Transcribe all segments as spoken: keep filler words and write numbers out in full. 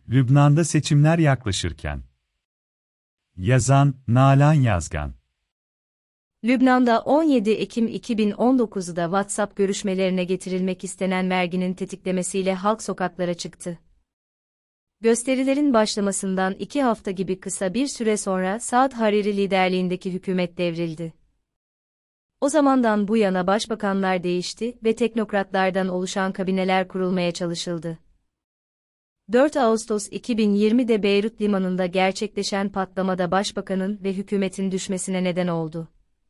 Lübnan'da seçimler yaklaşırken. Yazan, Nalan Yazgan. Lübnan'da on yedi Ekim iki bin on dokuz'da WhatsApp görüşmelerine getirilmek istenen verginin tetiklemesiyle halk sokaklara çıktı. Gösterilerin başlamasından iki hafta gibi kısa bir süre sonra Saad Hariri liderliğindeki hükümet devrildi. O zamandan bu yana başbakanlar değişti ve teknokratlardan oluşan kabineler kurulmaya çalışıldı. dört Ağustos iki bin yirmi'de Beyrut limanında gerçekleşen patlamada başbakanın ve hükümetin düşmesine neden oldu.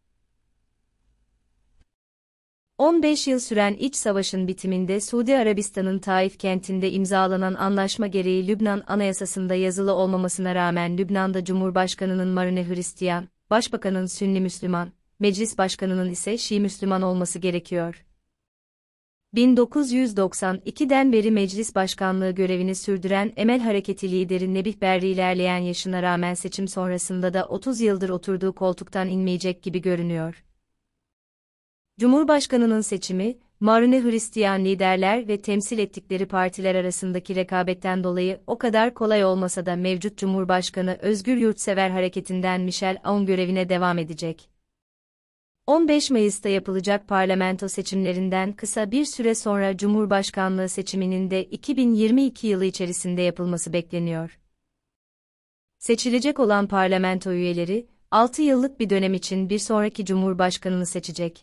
on beş yıl süren iç savaşın bitiminde Suudi Arabistan'ın Taif kentinde imzalanan anlaşma gereği Lübnan Anayasası'nda yazılı olmamasına rağmen Lübnan'da Cumhurbaşkanı'nın Marine Hristiyan, Başbakanın Sünni Müslüman, Meclis Başkanı'nın ise Şii Müslüman olması gerekiyor. bin dokuz yüz doksan iki'den beri meclis başkanlığı görevini sürdüren Emel Hareketi lideri Nebih Berri ilerleyen yaşına rağmen seçim sonrasında da otuz yıldır oturduğu koltuktan inmeyecek gibi görünüyor. Cumhurbaşkanının seçimi, Marine Hristiyan liderler ve temsil ettikleri partiler arasındaki rekabetten dolayı o kadar kolay olmasa da mevcut Cumhurbaşkanı Özgür Yurtsever Hareketi'nden Michel Aoun görevine devam edecek. on beş Mayıs'ta yapılacak parlamento seçimlerinden kısa bir süre sonra Cumhurbaşkanlığı seçiminin de iki bin yirmi iki yılı içerisinde yapılması bekleniyor. Seçilecek olan parlamento üyeleri, altı yıllık bir dönem için bir sonraki Cumhurbaşkanını seçecek.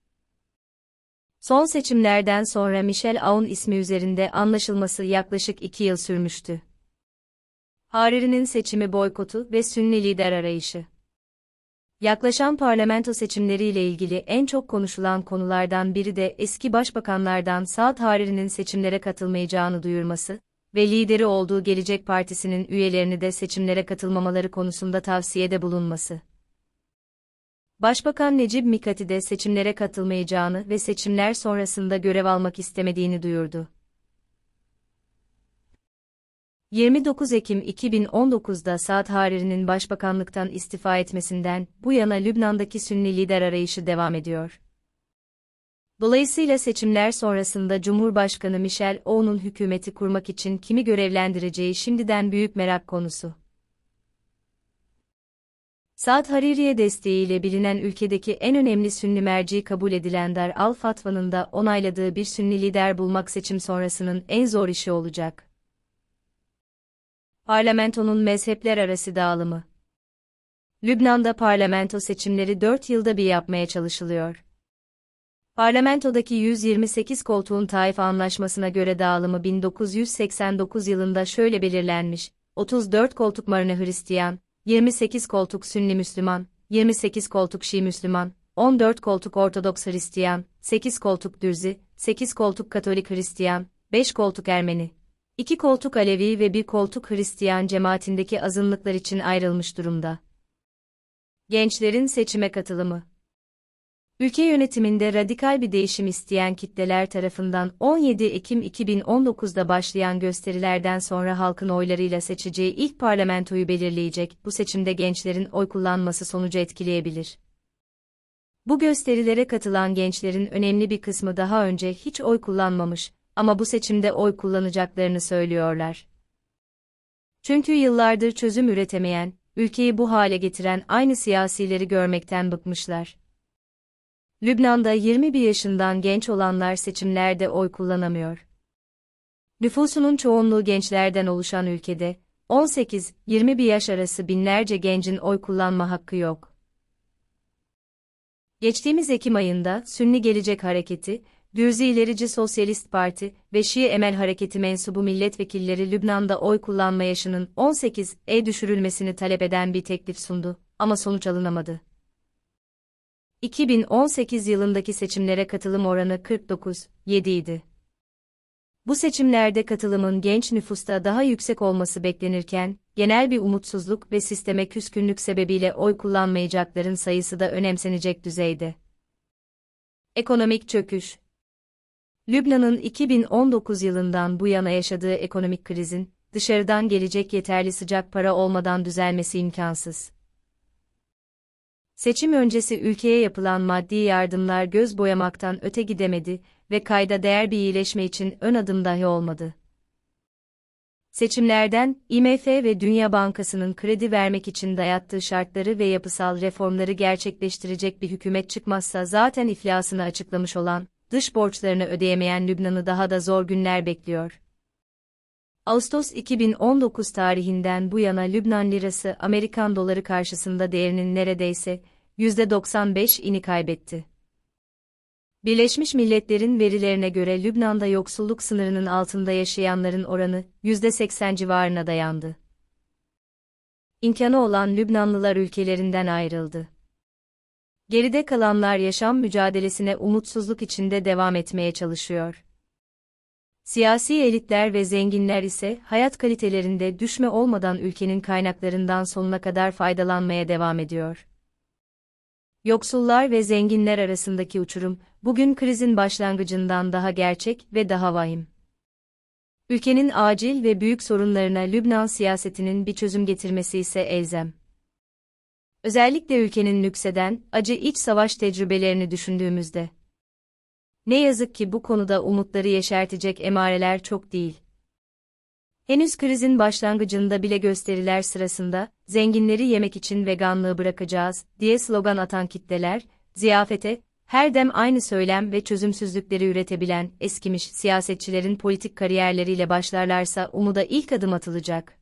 Son seçimlerden sonra Michel Aoun ismi üzerinde anlaşılması yaklaşık iki yıl sürmüştü. Hariri'nin seçimi boykotu ve Sünni lider arayışı. Yaklaşan parlamento seçimleriyle ilgili en çok konuşulan konulardan biri de eski başbakanlardan Saad Hariri'nin seçimlere katılmayacağını duyurması ve lideri olduğu Gelecek Partisi'nin üyelerini de seçimlere katılmamaları konusunda tavsiyede bulunması. Başbakan Necip Mikati de seçimlere katılmayacağını ve seçimler sonrasında görev almak istemediğini duyurdu. yirmi dokuz Ekim iki bin on dokuz'da Saad Hariri'nin başbakanlıktan istifa etmesinden bu yana Lübnan'daki Sünni lider arayışı devam ediyor. Dolayısıyla seçimler sonrasında Cumhurbaşkanı Michel Aoun'un hükümeti kurmak için kimi görevlendireceği şimdiden büyük merak konusu. Saad Hariri'ye desteğiyle bilinen ülkedeki en önemli Sünni merci kabul edilen Dar al-Fatva'nın da onayladığı bir Sünni lider bulmak seçim sonrasının en zor işi olacak. Parlamentonun mezhepler arası dağılımı. Lübnan'da parlamento seçimleri dört yılda bir yapmaya çalışılıyor. Parlamentodaki yüz yirmi sekiz koltuğun Taif Anlaşması'na göre dağılımı bin dokuz yüz seksen dokuz yılında şöyle belirlenmiş: otuz dört koltuk Marine Hristiyan, yirmi sekiz koltuk Sünni Müslüman, yirmi sekiz koltuk Şii Müslüman, on dört koltuk Ortodoks Hristiyan, sekiz koltuk Dürzi, sekiz koltuk Katolik Hristiyan, beş koltuk Ermeni, iki koltuk Alevi ve bir koltuk Hristiyan cemaatindeki azınlıklar için ayrılmış durumda. Gençlerin seçime katılımı. Ülke yönetiminde radikal bir değişim isteyen kitleler tarafından on yedi Ekim iki bin on dokuz'da başlayan gösterilerden sonra halkın oylarıyla seçeceği ilk parlamentoyu belirleyecek bu seçimde gençlerin oy kullanması sonucu etkileyebilir. Bu gösterilere katılan gençlerin önemli bir kısmı daha önce hiç oy kullanmamış ama bu seçimde oy kullanacaklarını söylüyorlar. Çünkü yıllardır çözüm üretemeyen, ülkeyi bu hale getiren aynı siyasileri görmekten bıkmışlar. Lübnan'da yirmi bir yaşından genç olanlar seçimlerde oy kullanamıyor. Nüfusunun çoğunluğu gençlerden oluşan ülkede, on sekiz yirmi bir yaş arası binlerce gencin oy kullanma hakkı yok. Geçtiğimiz Ekim ayında Sünni Gelecek Hareketi, Dürzi İlerici Sosyalist Parti ve Şii Emel Hareketi mensubu milletvekilleri Lübnan'da oy kullanma yaşının on sekize düşürülmesini talep eden bir teklif sundu ama sonuç alınamadı. iki bin on sekiz yılındaki seçimlere katılım oranı kırk dokuz virgül yedi idi. Bu seçimlerde katılımın genç nüfusta daha yüksek olması beklenirken, genel bir umutsuzluk ve sisteme küskünlük sebebiyle oy kullanmayacakların sayısı da önemsenecek düzeyde. Ekonomik çöküş. Lübnan'ın iki bin on dokuz yılından bu yana yaşadığı ekonomik krizin, dışarıdan gelecek yeterli sıcak para olmadan düzelmesi imkansız. Seçim öncesi ülkeye yapılan maddi yardımlar göz boyamaktan öte gidemedi ve kayda değer bir iyileşme için ön adım dahi olmadı. Seçimlerden, I M F ve Dünya Bankası'nın kredi vermek için dayattığı şartları ve yapısal reformları gerçekleştirecek bir hükümet çıkmazsa zaten iflasını açıklamış olan, dış borçlarını ödeyemeyen Lübnan'ı daha da zor günler bekliyor. Ağustos iki bin on dokuz tarihinden bu yana Lübnan lirası Amerikan doları karşısında değerinin neredeyse yüzde doksan beşini kaybetti. Birleşmiş Milletler'in verilerine göre Lübnan'da yoksulluk sınırının altında yaşayanların oranı yüzde seksen civarına dayandı. İmkanı olan Lübnanlılar ülkelerinden ayrıldı. Geride kalanlar yaşam mücadelesine umutsuzluk içinde devam etmeye çalışıyor. Siyasi elitler ve zenginler ise hayat kalitelerinde düşme olmadan ülkenin kaynaklarından sonuna kadar faydalanmaya devam ediyor. Yoksullar ve zenginler arasındaki uçurum, bugün krizin başlangıcından daha gerçek ve daha vahim. Ülkenin acil ve büyük sorunlarına Lübnan siyasetinin bir çözüm getirmesi ise elzem. Özellikle ülkenin nükseden, acı iç savaş tecrübelerini düşündüğümüzde. Ne yazık ki bu konuda umutları yeşertecek emareler çok değil. Henüz krizin başlangıcında bile gösteriler sırasında, zenginleri yemek için veganlığı bırakacağız, diye slogan atan kitleler, ziyafete, her dem aynı söylem ve çözümsüzlükleri üretebilen, eskimiş siyasetçilerin politik kariyerleriyle başlarlarsa umuda ilk adım atılacak.